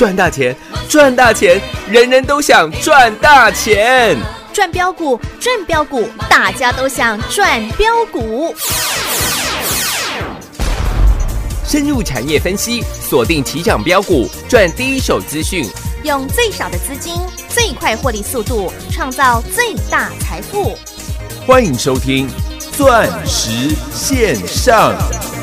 赚大钱，赚大钱，人人都想赚大钱。 赚标股，赚标股，大家都想赚标股。 深入产业分析，锁定起涨标股，赚第一手资讯， 用最少的资金，最快获利速度，创造最大财富。 欢迎收听钻石线上。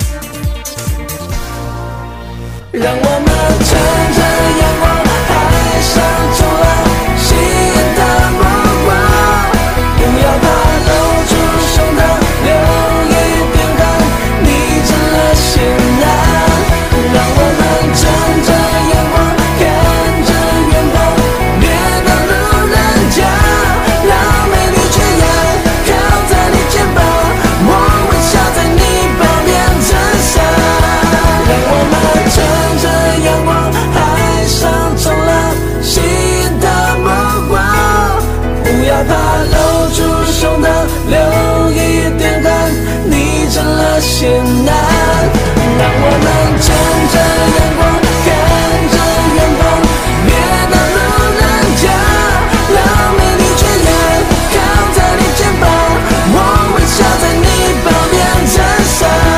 让我们乘着阳光，海上冲浪，吸引的目光，不要怕，露出胸膛，留一点汗，你成了仙男。让我们乘着阳光，看着远方，别当路人甲，让美丽缺氧靠在你肩膀，我微笑在你旁边衬衫。让我们乘着阳光，海上冲浪，吸引的目光，不要怕，露出胸膛，留一点汗，你成了仙男。让我们乘着阳光，看着远方，别当路人甲，让美丽缺氧靠在你肩膀，我微笑在你旁边衬衫。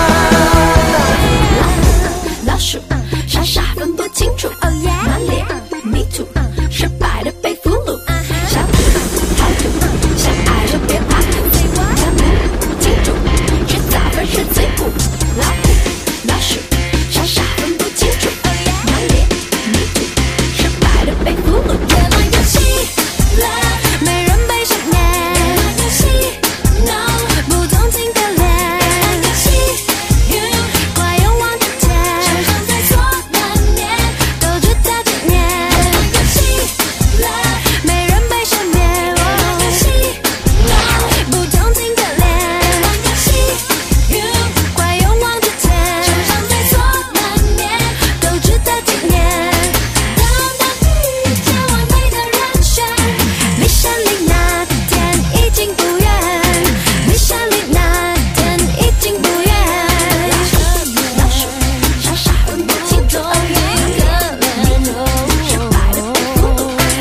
老鼠傻傻分不清楚，满脸泥土，失败的被俘虏。小兔好兔，相爱就别怕吐，看不清楚，迟早分是最苦。老虎老鼠傻傻分不清楚，满脸泥土，失败的被俘虏。月亮游戏了，没人被赦免。游戏 no 不同情可怜。游戏 you 快勇往直前，受伤在所难免，都知道纪念。游戏了，没人被赦免。游戏 no 不同情可怜。游戏 you 快勇往直前，受伤在所难免，都知道纪念。当当前往对的人选，离山里那天已经不远，离山里那天已经不远。老鼠傻傻分不清楚，可怜失败的被俘虏。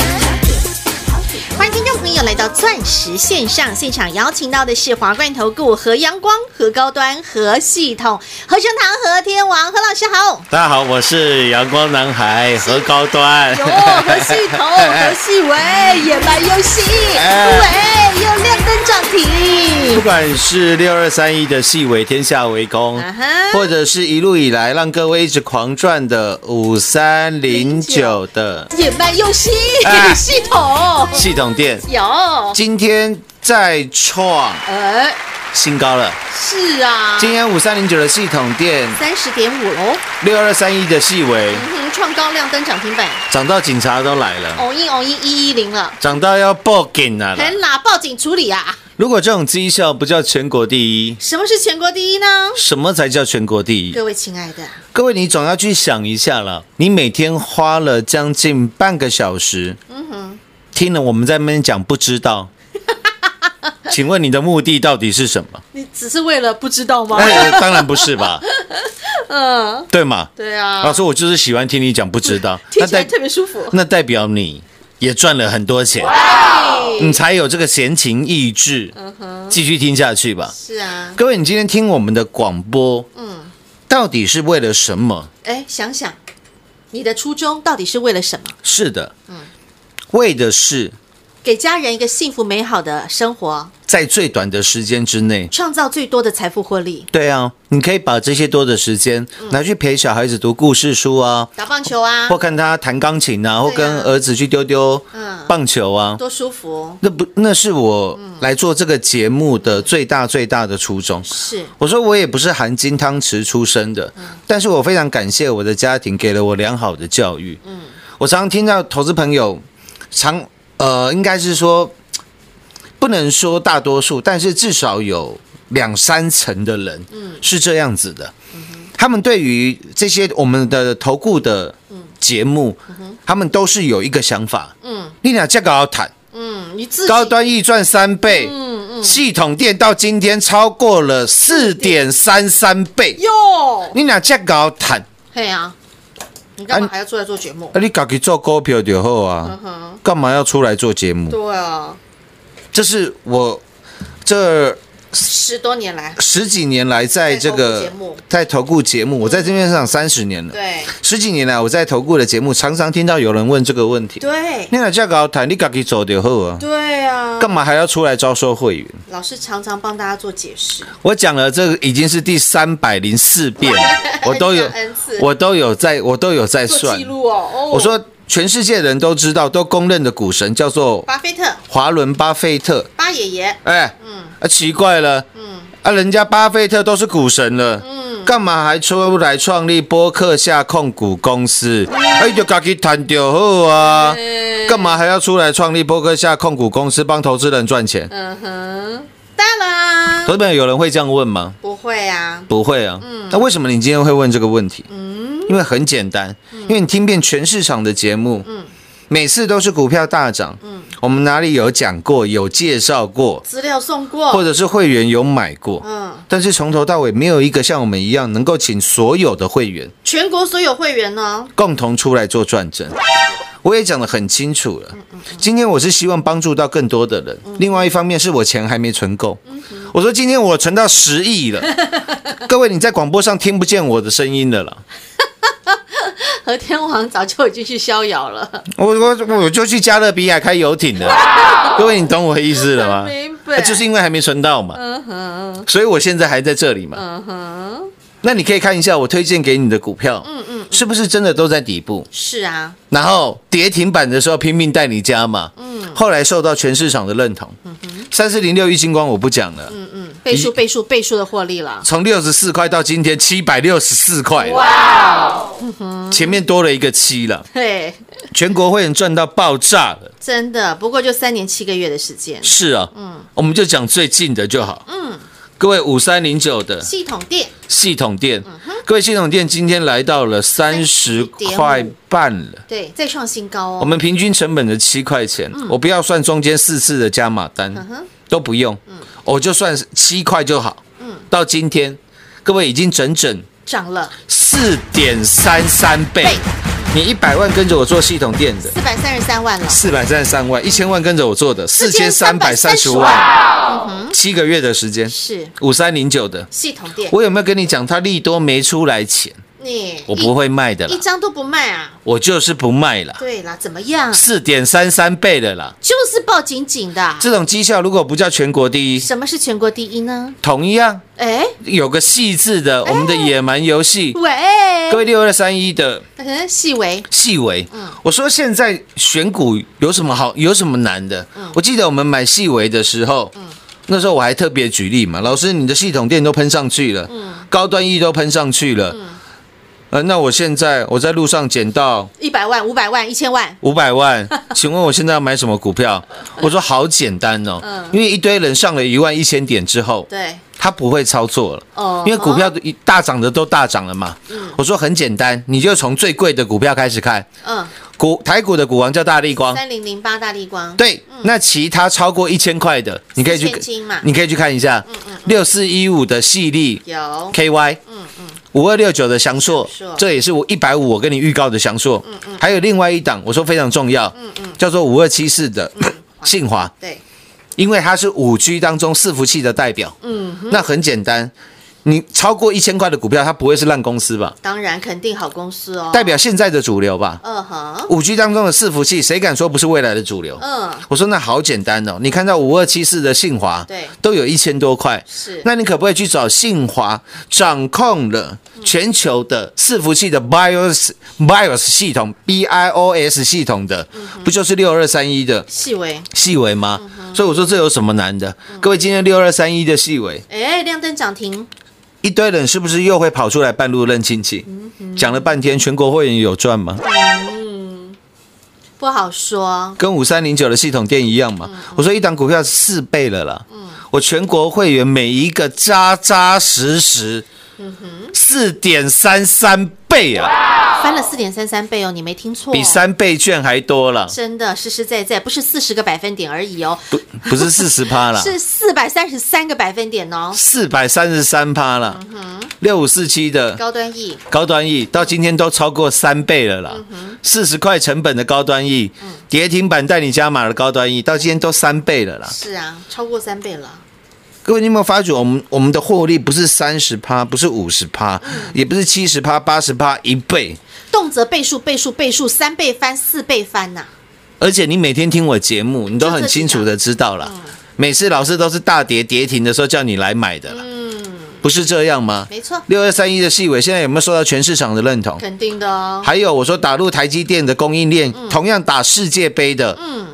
欢迎听众朋友来到钻石线上现场，邀请到的是华冠投顾何阳光、何高端、何系统、何生堂、何天王，何老师好。 大家好，我是阳光男孩何高端。 有何系统、何系伟也蛮游戏，喂，又亮灯涨停。 不管是6231的细微天下为公，或者是一路以来让各位一直狂赚的5309的也蛮游戏系统店， 有今天再创新高了。 是啊， 今天5309的系统店 30.5喽 ，6231的细微创高亮灯涨停板， 涨到警察都来了， 偶一110了， 涨到要报警了啦。 很啦，报警处理啊。 如果这种绩效不叫全国第一， 什么是全国第一呢？ 什么才叫全国第一？ 各位亲爱的， 各位，你总要去想一下了。你每天花了将近半个小时，听了我们在那边讲不知道，请问你的目的到底是什么？ 你只是为了不知道吗？ 当然不是吧？对吗？ 对啊。 老师，我就是喜欢听你讲不知道， 听起来特别舒服。 那代表你也赚了很多钱，你才有这个闲情逸致，继续听下去吧。 是啊。 各位，你今天听我们的广播，到底是为了什么？ 想想你的初衷到底是为了什么？ 是的，为的是给家人一个幸福美好的生活， 在最短的时间之内创造最多的财富获利。 对啊，你可以把这些多的时间拿去陪小孩子读故事书啊， 打棒球啊， 或看他弹钢琴啊，或跟儿子去丢丢棒球啊， 多舒服。 那是我来做这个节目的最大的初衷。 是， 我说我也不是含金汤匙出身的，但是我非常感谢我的家庭给了我良好的教育。我常常听到投资朋友应该是说，不能说大多数，但是至少有2-3成的人是这样子的。他们对于这些我们的投顾的节目，他们都是有一个想法。你俩价格要谈， 你自己高端易赚3倍，系统店到今天超过了4.33倍。 哟， 你俩价格要谈， 嘿啊， 你干嘛还要出来做节目？ 你自己做股票就好啊，干嘛要出来做节目？ 对啊， 这是我这 10多年来， 十几年来在这个在投顾节目，我在这边上30年了。 对， 十几年来我在投顾的节目，常常听到有人问这个问题。 对， 你若这个谈，你自己做就好啊。 对啊， 干嘛还要出来招收会员？ 老师常常帮大家做解释。 我讲了这个已经是第304遍了，我都有在做算记录哦。 我说全世界人都知道，都公认的股神叫做巴菲特， 华伦巴菲特。 巴爷爷， 奇怪了，人家巴菲特都是股神了，干嘛还出来创立波克夏控股公司？就自己谈就好啊，干嘛还要出来创立波克夏控股公司帮投资人赚钱？ 当然， 投资朋友有人会这样问吗？ 不会啊， 不会啊。那为什么你今天会问这个问题？因为很简单，因为你听遍全市场的节目，每次都是股票大涨，我们哪里有讲过、有介绍过， 资料送过， 或者是会员有买过，但是从头到尾没有一个像我们一样能够请所有的会员， 全国所有会员呢， 共同出来做转正。我也讲得很清楚了，今天我是希望帮助到更多的人，另外一方面是我钱还没存够。我说今天我存到10亿了，各位你在广播上听不见我的声音了啦。 和天王早就已经去逍遥了， 我就去加勒比海开游艇了。各位你懂我的意思了吗？ 明白， 就是因为还没存到嘛，所以我现在还在这里嘛。那你可以看一下我推荐给你的股票，是不是真的都在底部？ 是啊， 然后跌停板的时候拼命带你加嘛，后来受到全市场的认同。3406玉晶光我不讲了， 倍数的获利了， 从64块到今天764块了， 哇， 前面多了一个7了， 对， 全国会员赚到爆炸了， 真的，不过就3年7个月的时间， 是啊，我们就讲最近的就好，各位5309的系统店，各位系统店今天来到了30块半了， 对，再创新高哦。 我们平均成本的7块钱，我不要算中间4次的加码单，都不用，我就算7块就好。到今天，各位已经整涨了 4.33倍。你100万跟着我做系统店的 433万了 ，433万，1000万跟着我做的4330万，7个月的时间是 5309的系统店。 我有没有跟你讲，它利多没出来前，我不会卖的啦， 一张都不卖啊， 我就是不卖啦。 对啦，怎么样 ？4.33倍的啦， 就是抱紧紧的。 这种绩效如果不叫全国第一， 什么是全国第一呢？ 同一样，有个细字的，我们的野蛮游戏。 喂， 各位6231的细微， 我说现在选股有什么好，有什么难的？我记得我们买细微的时候，那时候我还特别举例嘛，老师你的系统店都喷上去了，高端E都喷上去了。那我现在我在路上捡到 100万、500万、1000万、 500万，请问我现在要买什么股票？我说好简单哦，因为一堆人上了11000点之后， 对， 他不会操作了，因为股票大涨的都大涨了嘛。我说很简单，你就从最贵的股票开始看。台股的股王叫大立光 3008大立光。 对，那其他超过1000块的，你可以去看一下。6415的细粒有 KY。5269的翔硕，这也是我150我跟你预告的翔硕。还有另外一档，我说非常重要，叫做5274的信华。 对， 因为它是5G 当中伺服器的代表。那很简单。你超过1000块的股票，它不会是烂公司吧？ 当然，肯定好公司哦， 代表现在的主流吧。5G 当中的伺服器，谁敢说不是未来的主流？我说那好简单哦，你看到5274的信华， 对， 都有1000多块， 是， 那你可不可以去找信华掌控了全球的伺服器的 BIOS 系统 BIOS 系统的，不就是6231的细微吗？所以我说这有什么难的？各位，今天6231的细微， 亮灯涨停。 一堆人是不是又会跑出来半路认亲戚？讲了半天，全国会员有赚吗？ 不好说， 跟5309的系统店一样嘛。我说一档股票4倍了啦。我全国会员每一个扎扎实实 4.33倍啊， 翻了4.33倍哦，你没听错， 比3倍券还多了， 真的实实在在，不是40个百分点而已哦， 不是40%啦， 是433个百分点哦。 433%啦，6547的高端 E 到今天都超过3倍了啦，40块成本的高端 E，跌停板带你加码的高端 E，到今天都3倍了啦。 是啊，超过3倍了。 各位，你有没有发觉我们的获利不是30%，不是50%，也不是70%、80%，一倍， 动辄倍数，3倍翻，4倍翻呐。 而且你每天听我节目，你都很清楚的知道了，每次老师都是大跌跌停的时候叫你来买的啦。不是这样吗？ 没错。 6231的细微现在有没有受到全市场的认同？ 肯定的哦。 还有我说打入台积电的供应链，同样打世界杯的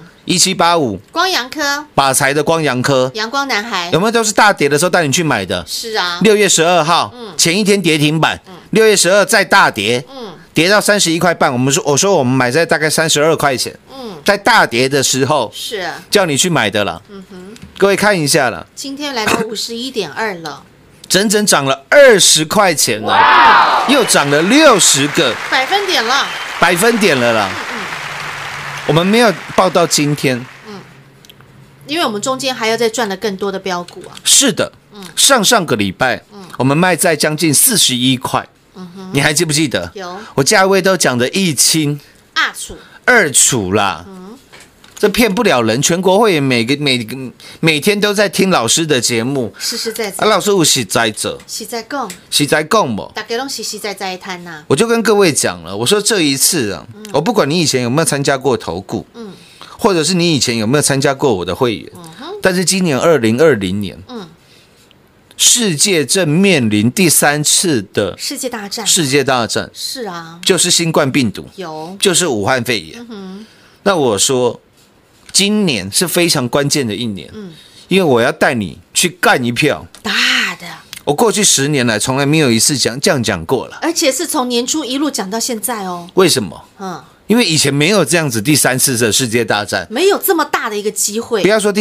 ，1785 光阳科， 把财的光阳科， 阳光男孩有没有都是大跌的时候带你去买的？ 是啊。 6月12号，前一天跌停板，6月12再大跌，跌到31块半。我说我们买在大概32块钱，在大跌的时候是叫你去买的了。各位看一下了， 今天来到51.2了。 整整涨了20块钱了，又涨了60个百分点了啦。我们没有报到今天， 因为我们中间还要再赚了更多的标股啊。 是的，上个礼拜，我们卖在将近41块，你还记不记得？ 有， 我价位都讲得一清二楚啦。这骗不了人，全国会员每天都在听老师的节目， 实实在在。 老师有实在者， 实在讲不？ 大家都实在在谈呐。 我就跟各位讲了，我说这一次啊，我不管你以前有没有参加过投顾，或者是你以前有没有参加过我的会员，但是今年2020年，世界正面临第3次的世界大战， 是啊， 就是新冠病毒，就是武汉肺炎。那我说。今年是非常关键的一年，因为我要带你去干一票大的。 我过去10年来从来没有一次这样讲过了， 而且是从年初一路讲到现在哦。 为什么？因为以前没有这样子第3次的世界大战， 没有这么大的一个机会。 不要说第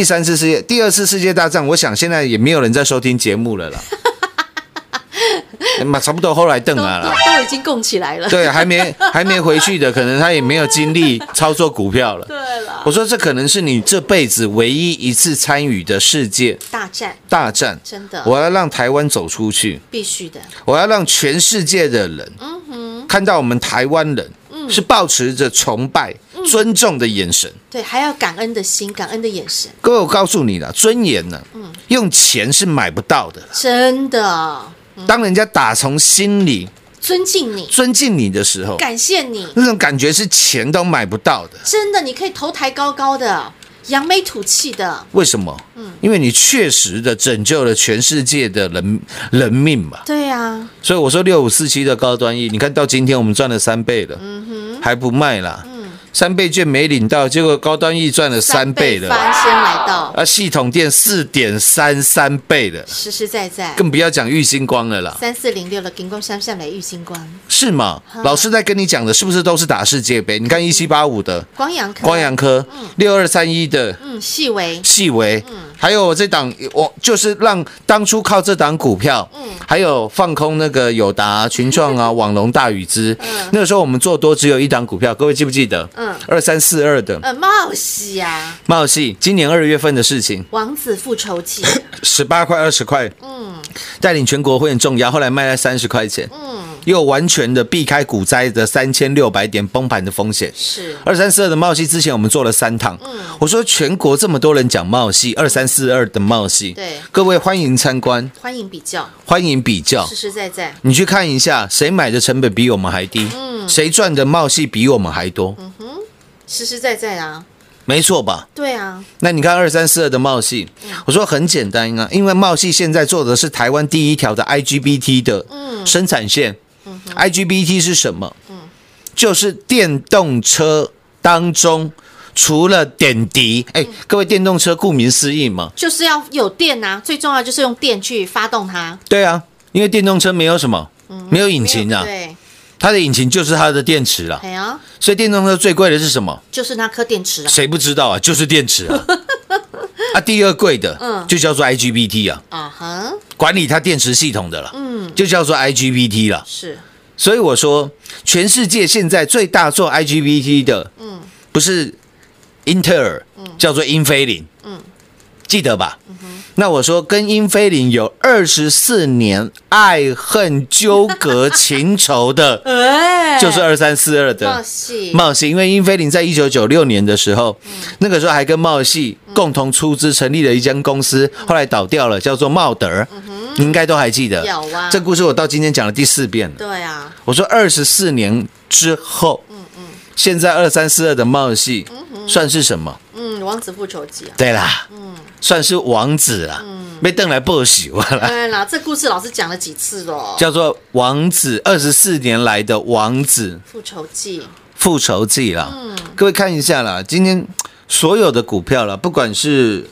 2次世界大战，我想现在也没有人在收听节目了啦。差不多后来瞪啊啦， 都已经供起来了。 对，还没回去的，可能他也没有精力操作股票了。 对了， 我说这可能是你这辈子唯一一次参与的世界大战， 真的。 我要让台湾走出去， 必须的。 我要让全世界的人，看到我们台湾人是抱持着崇拜、尊重的眼神， 对，还要感恩的心、感恩的眼神。 各位，我告诉你了，尊严呢，用钱是买不到的， 真的。 当人家打从心里尊敬你的时候， 感谢你， 那种感觉是钱都买不到的。 真的，你可以头抬高高的，扬眉吐气的。 为什么？因为你确实的拯救了全世界的人命嘛。 对啊。 所以我说6547的高端 E， 你看到今天我们赚了3倍了，还不卖啦。3倍券没领到，结果高端 E 赚了3倍了， 先来到系统店4.33倍了， 实实在在， 更不要讲玉星光了啦 ，3406了，金光闪闪来玉星光， 是吗？老师在跟你讲的是不是都是打世界杯？你看1785的光阳科 ，6231的细微，还有我这档，我就是让当初靠这档股票，还有放空那个友达、群创啊、网龙、大宇资，那个时候我们做多只有一档股票，各位记不记得？2342的茂系，今年2月份的事情， 王子复仇记 ，18块20块，带领全国会员重压，后来卖在30块钱，又完全的避开股灾的3600点崩盘的风险。 是 2342的茂系，之前我们做了3趟，我说全国这么多人讲茂系，2342的茂系， 对， 各位欢迎参观， 欢迎比较，实实在在， 你去看一下，谁买的成本比我们还低，谁赚的茂系比我们还多， 实实在在啊， 没错吧？ 对啊。 那你看2342的茂系，我说很简单啊，因为茂系现在做的是台湾第一条的 IGBT 的生产线。IGBT 是什么？就是电动车当中除了点滴，各位，电动车顾名思义嘛，就是要有电啊，最重要就是用电去发动它。 对啊，因为电动车没有什么，没有引擎啊， 对， 它的引擎就是它的电池啦。所以电动车最贵的是什么？ 就是那颗电池啊。 谁不知道啊？就是电池啊。 啊，第二贵的，就叫做 IGBT 啊， 啊哈， 管理它电池系统的了，就叫做 IGBT 了。 是， 所以我说，全世界现在最大做 IGBT 的，不是英特尔，叫做英飞凌，记得吧？那我说跟英飞凌有24年爱恨纠葛情仇的，就是2342的茂系，因为英飞凌在1996年的时候，那个时候还跟茂系共同出资成立了一间公司，后来倒掉了，叫做茂德，你应该都还记得。 有啊， 这故事我到今天讲了第4遍了。 对啊， 我说24年之后，现在2342的茂系算是什么？ 王子复仇记啊。 对啦，算是王子啦，被邓来报喜完了。 对啦，这故事老师讲了几次了？ 叫做王子24年来的王子复仇记， 复仇记啦。各位看一下啦，今天所有的股票啦，不管是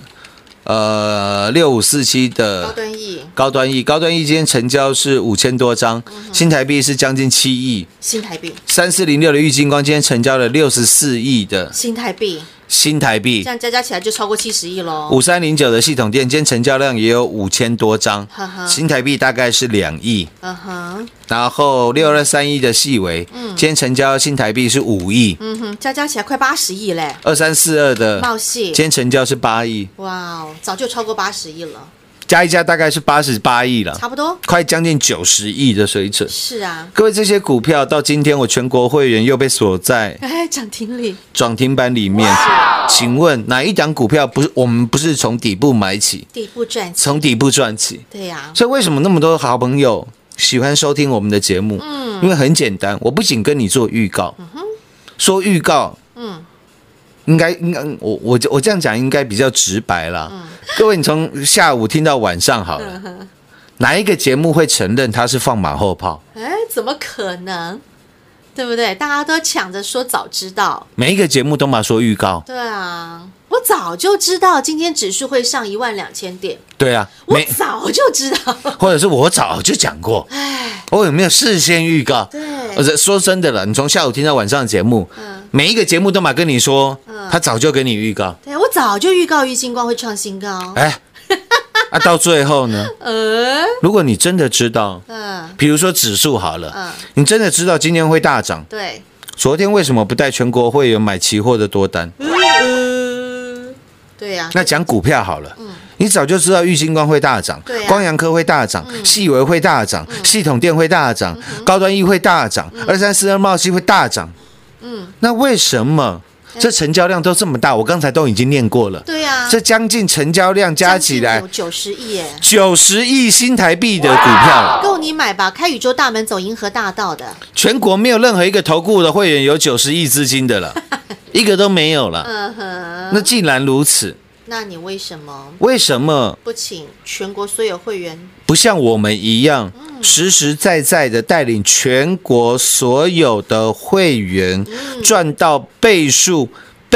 6547的高端 E 今天成交是5000多张，新台币是将近7亿。 新台币 3406的玉晶光今天成交了64亿的新台币， 这样加起来就超过70亿喽。 5309的系统店今天成交量也有5000多张，新台币大概是2亿。然后6231的细微，今天成交新台币是5亿。 加起来快80亿嘞。 2342的茂系今天成交是8亿。 哇哦，早就超过80亿了。 加一加大概是88亿了， 差不多， 快将近90亿的水准。 是啊， 各位，这些股票到今天我全国会员又被锁在涨停板里面。请问哪一档股票我们不是从底部买起，从底部赚起？对呀。所以为什么那么多好朋友喜欢收听我们的节目？因为很简单，我不仅跟你做预告，说预告，应该我这样讲应该比较直白啦。各位，你从下午听到晚上好了，哪一个节目会承认它是放马后炮？ 怎么可能？对不对？大家都抢着说早知道， 每一个节目都嘛说预告。 对啊，我早就知道今天指数会上12000点。 对啊， 我早就知道， 或者是我早就讲过。我有没有事先预告？对，说真的了，你从下午听到晚上的节目，每一个节目都嘛跟你说，他早就跟你预告。 对，我早就预告玉晶光会创新高。 到最后呢？如果你真的知道，比如说指数好了，你真的知道今天会大涨， 对， 昨天为什么不带全国会员买期货的多单？ 对呀。 那讲股票好了，你早就知道玉晶光会大涨，光阳科会大涨，细微会大涨，系统电会大涨，高端 E 会大涨，2342茂系会大涨。那为什么？这成交量都这么大，我刚才都已经念过了。对啊，这将近成交量加起来有90亿耶 ，90亿新台币的股票， 够你买吧？开宇宙大门走银河大道的， 全国没有任何一个投顾的会员有90亿资金的了，一个都没有了。那既然如此， 那你为什么不请全国所有会员不像我们一样？实实在在的带领全国所有的会员赚到倍数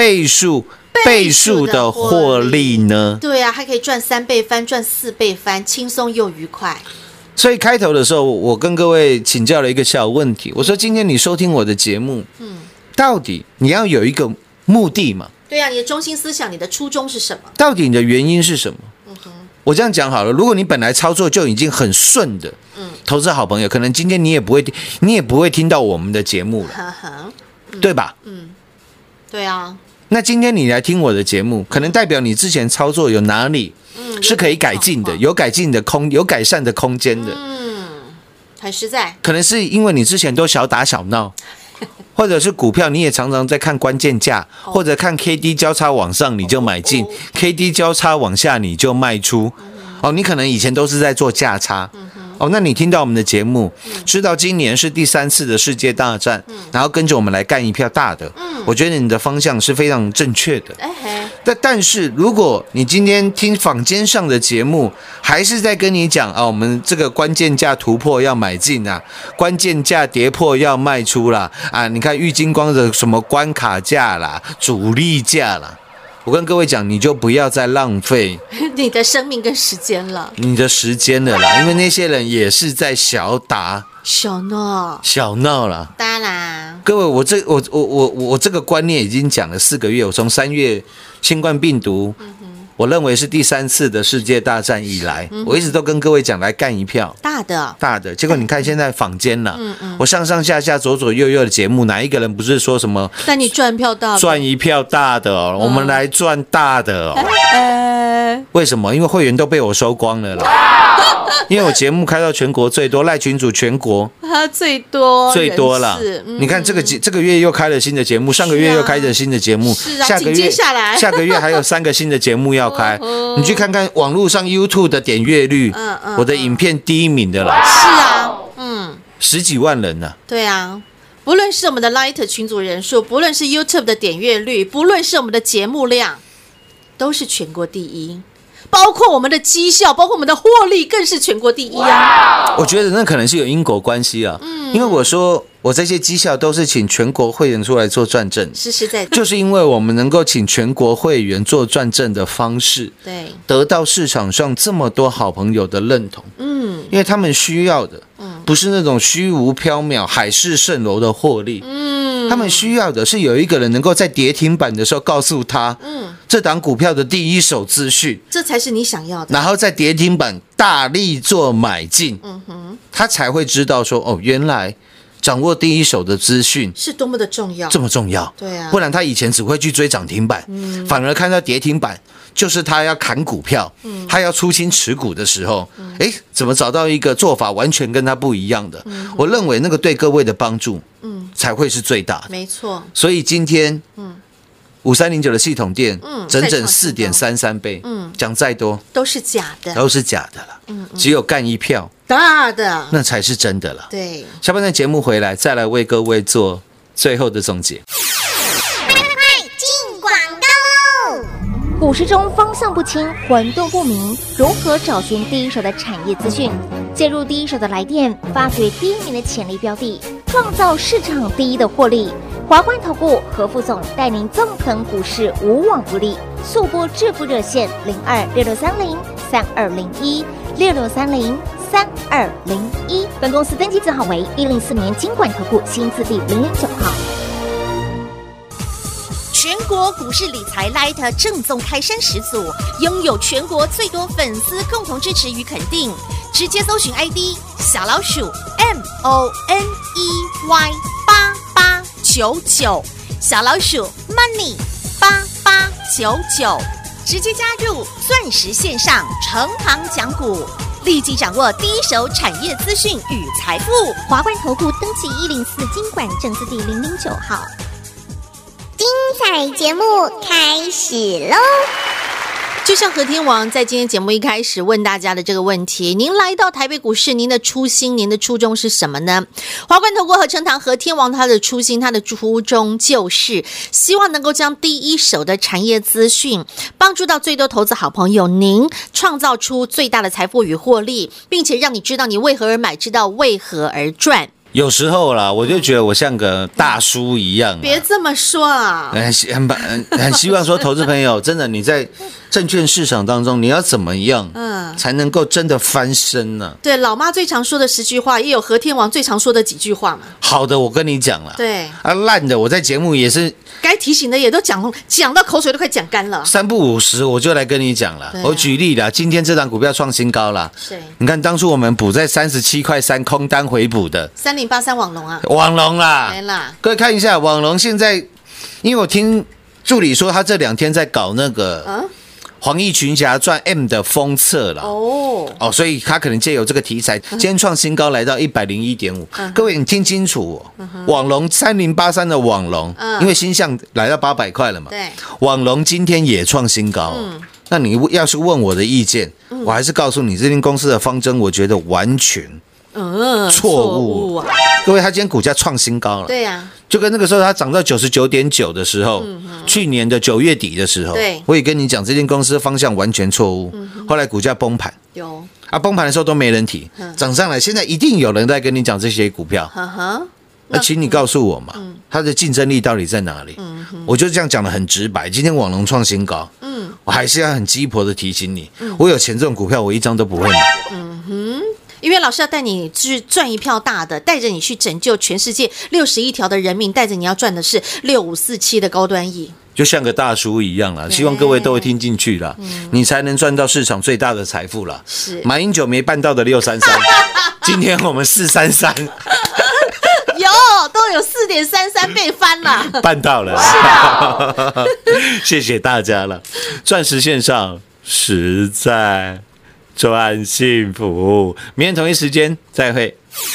的获利呢？ 对啊，还可以赚3倍翻，赚4倍翻，轻松又愉快。 所以开头的时候，我跟各位请教了一个小问题，我说今天你收听我的节目，到底你要有一个目的嘛？ 对啊，你的中心思想，你的初衷是什么？ 到底你的原因是什么？我这样讲好了，如果你本来操作就已经很顺的，投资好朋友，可能今天你也不会听到我们的节目了，对吧？对啊。那今天你来听我的节目，可能代表你之前操作有哪里是可以改进的，有改善的空间的， 很实在。 可能是因为你之前都小打小闹。或者是股票，你也常常在看关键价，或者看 KD 交叉往上你就买进，KD 交叉往下你就卖出。你可能以前都是在做价差。那你听到我们的节目，知道今年是第3次的世界大战，然后跟着我们来干一票大的，我觉得你的方向是非常正确的。但是如果你今天听坊间上的节目，还是在跟你讲我们这个关键价突破要买进啊，关键价跌破要卖出啦，你看玉晶光的什么关卡价啦，主力价啦，我跟各位讲，你就不要再浪费你的生命跟时间了， 因为那些人也是在小打小闹啦。当然，各位，我这个观念已经讲了4个月，我从3月新冠病毒我认为是第3次的世界大战以来，我一直都跟各位讲来干一票大的， 结果你看现在坊间了，我上上下下左左右右的节目，哪一个人不是说什么但你赚票大的， 赚一票大的哦，我们来赚大的哦。为什么？因为会员都被我收光了啦。因为我节目开到全国最多，赖群主全国他最多了。你看这个月又开了新的节目，上个月又开了新的节目， 是啊，接下来下个月还有3个新的节目要开。你去看看网络上 YouTube 的点阅率，我的影片第1名的啦。 是啊 ，10几万人呢。 对啊。不论是我们的 Light 群组人数，不论是 YouTube 的点阅率，不论是我们的节目量，都是全国第一。包括我们的绩效，包括我们的获利，更是全国第一啊！ 我觉得那可能是有因果关系啊。因为我说我这些绩效都是请全国会员出来做转正， 实实在在， 就是因为我们能够请全国会员做转正的方式， 对， 得到市场上这么多好朋友的认同。因为他们需要的，不是那种虚无缥缈、海市蜃楼的获利。他们需要的是有一个人能够在跌停板的时候告诉他，这档股票的第一手资讯， 这才是你想要的。 然后在跌停板大力做买进，他才会知道说，哦，原来掌握第一手的资讯是多么的重要， 这么重要。 对啊， 不然他以前只会去追涨停板，反而看到跌停板，就是他要砍股票，他要出清持股的时候，怎么找到一个做法完全跟他不一样的？我认为那个对各位的帮助，才会是最大的。 没错。 所以今天，5309的系统店，整整4.33倍，讲再多都是假的， 都是假的了。只有干一票大的， 那才是真的了。 对， 下半段节目回来，再来为各位做最后的总结。 股市中方向不清、混沌不明，如何找寻第一手的产业资讯？介入第一手的来电，发掘第1名的潜力标的，创造市场第一的获利。华冠投顾何副总带领纵横股市，无往不利。速播致富热线026630320166303201。本公司登记字号为104年金管投顾新字第009号。 全国股市理财 Light 正宗开山始祖，拥有全国最多粉丝共同支持与肯定。直接搜寻 ID 小老鼠 MONEY8899， 小老鼠 Money 8899，直接加入钻石线上成堂讲股，立即掌握第一手产业资讯与财富。 华冠投顾登记104金管证字第009号。 彩节目开始喽！ 就像和天王在今天节目一开始问大家的这个问题，您来到台北股市，您的初心、您的初衷是什么呢？华冠投顾合成堂和天王他的初心、他的初衷就是希望能够将第一手的产业资讯帮助到最多投资好朋友，您创造出最大的财富与获利，并且让你知道你为何而买，知道为何而赚。 有时候啦，我就觉得我像个大叔一样。 别这么说啊！ 很希望说，投资朋友，真的你在证券市场当中，你要怎么样，才能够真的翻身呢？ 对，老妈最常说的10句话，也有和天王最常说的几句话嘛。 好的，我跟你讲了。 对啊，烂的，我在节目也是该提醒的也都讲到口水都快讲干了。 3不5时我就来跟你讲了。我举例啦，今天这档股票创新高了。 是， 你看当初我们补在37.3块空单回补的。 3083网龙啊， 网龙啦， 来啦， 各位看一下网龙现在，因为我听助理说他这2天在搞那个黄奕群侠传 M 的封测了。哦，所以他可能借由这个题材，今天创新高来到101.5。各位你听清楚网龙3083的网龙，因为新项来到800块了嘛， 对， 网龙今天也创新高。那你要是问我的意见，我还是告诉你，这间公司的方针，我觉得完全错误啊！各位，它今天股价创新高了， 对呀， 就跟那个时候它涨到99.9的时候，去年的9月底的时候， 对， 我也跟你讲，这间公司的方向完全错误。后来股价崩盘， 有啊，崩盘的时候都没人提，涨上来，现在一定有人在跟你讲这些股票。那请你告诉我嘛，它的竞争力到底在哪里？我就这样讲得很直白。今天网龙创新高，我还是要很鸡婆的提醒你，我有钱这种股票，我一张都不会买。 因为老师要带你去赚一票大的，带着你去拯救全世界61条的人命，带着你要赚的是6547的高端 E。 就像个大叔一样啦，希望各位都会听进去啦，你才能赚到市场最大的财富啦。 是马英九没办到的633，今天我们433。 都有4.33倍翻了， 办到了，谢谢大家了。钻石线上实在赚幸福，明天同一时间再会。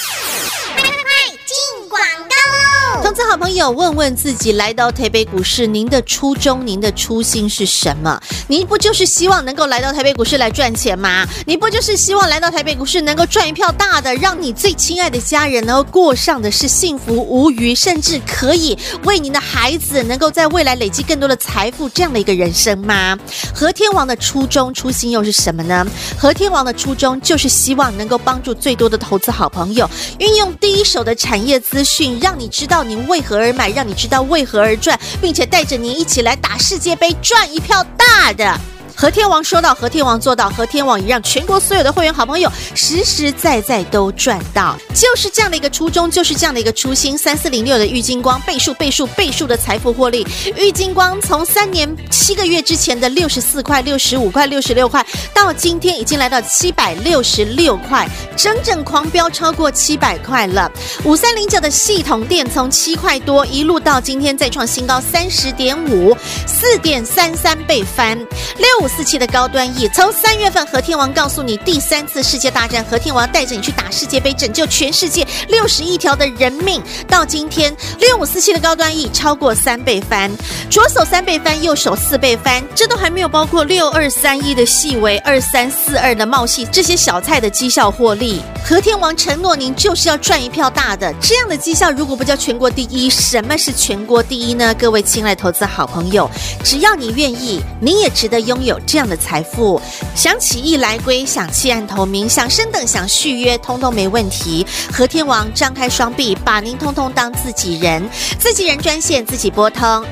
投资好朋友，问问自己，来到台北股市，您的初衷、您的初心是什么？您不就是希望能够来到台北股市来赚钱吗？你不就是希望来到台北股市能够赚一票大的，让你最亲爱的家人能够过上的是幸福无虞，甚至可以为您的孩子能够在未来累积更多的财富这样的一个人生吗？和天王的初衷、初心又是什么呢？和天王的初衷就是希望能够帮助最多的投资好朋友，运用第一手的产业资讯，让你知道您为何而买，让你知道为何而赚，并且带着您一起来打世界杯，赚一票大的。和天王说到，和天王做到，和天王也让全国所有的会员好朋友实实在在都赚到，就是这样的一个初衷，就是这样的一个初心。3406的玉晶光倍数的财富获利，玉晶光从3年7个月之前的64块、65块、66块，到今天已经来到766块，整整狂飙超过700块了。5309的系统店从7块多一路到今天再创新高30.5， 4.33倍翻。6547的高端 E， 从3月份和天王告诉你第3次世界大战，和天王带着你去打世界杯，拯救全世界61条的人命，到今天6547的高端 E 超过3倍翻，左手3倍翻，右手4倍翻，这都还没有包括6231的细微、2342的茂系这些小菜的绩效获利。和天王承诺您就是要赚一票大的，这样的绩效如果不叫全国第一，什么是全国第一呢？各位亲爱投资好朋友，只要你愿意，你也值得拥有这样的财富。想起义来归，想弃暗投明，想升等，想续约，通通没问题。和天王张开双臂，把您通通当自己人。自己人专线自己拨通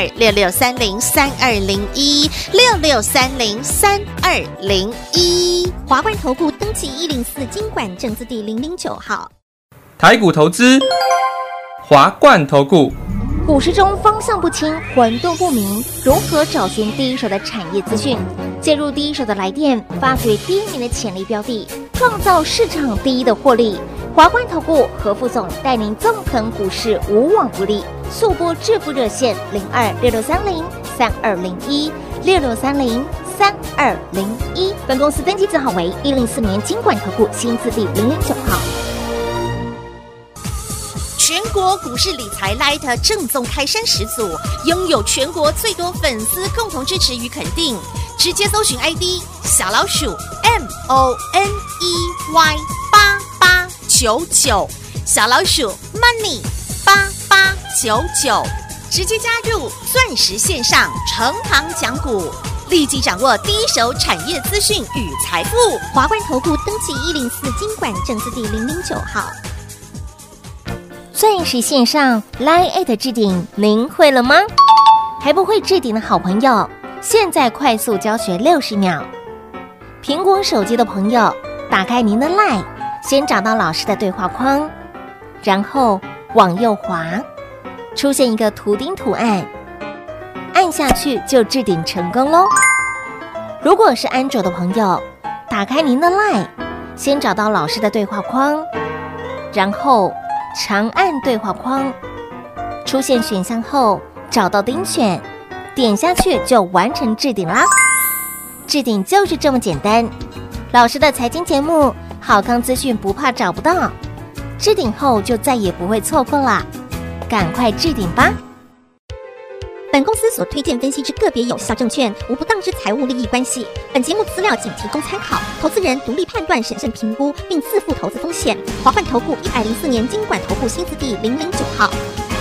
0266303201 66303201。 华冠投顾登记104金管证字第009号。 台股投资，华冠投顾。 股市中方向不清、混沌不明，如何找寻第一手的产业资讯？介入第一手的来电，发掘第一名的潜力标的，创造市场第一的获利。华冠投顾何副总带领纵横股市，无往不利。速播致富热线0266303201 66303201。本公司登记字号为104年金管投顾新字第009号。 全国股市理财 Light 正宗开山始祖，拥有全国最多粉丝共同支持与肯定。直接搜寻 ID 小老鼠 MONEY8899， 小老鼠 Money 8899，直接加入钻石线上成堂讲股，立即掌握第一手产业资讯与财富。 华冠投顾登记104金管证字第009号。钻石线上 Line@ 置顶，您会了吗？还不会置顶的好朋友，现在快速教学60秒。苹果手机的朋友，打开您的 Line， 先找到老师的对话框，然后往右滑，出现一个图钉图案，按下去就置顶成功咯。如果是安卓的朋友，打开您的 Line， 先找到老师的对话框，然后长按对话框，出现选项后找到钉选，点下去就完成置顶啦。置顶就是这么简单。老师的财经节目，好康资讯不怕找不到，置顶后就再也不会错过啦，赶快置顶吧。本公司所推荐分析之个别有效证券，无不当之财务利益关系。本节目资料仅提供参考，投资人独立判断、审慎评估，并自负投资风险。华冠投顾104年金管投顾新字第009号。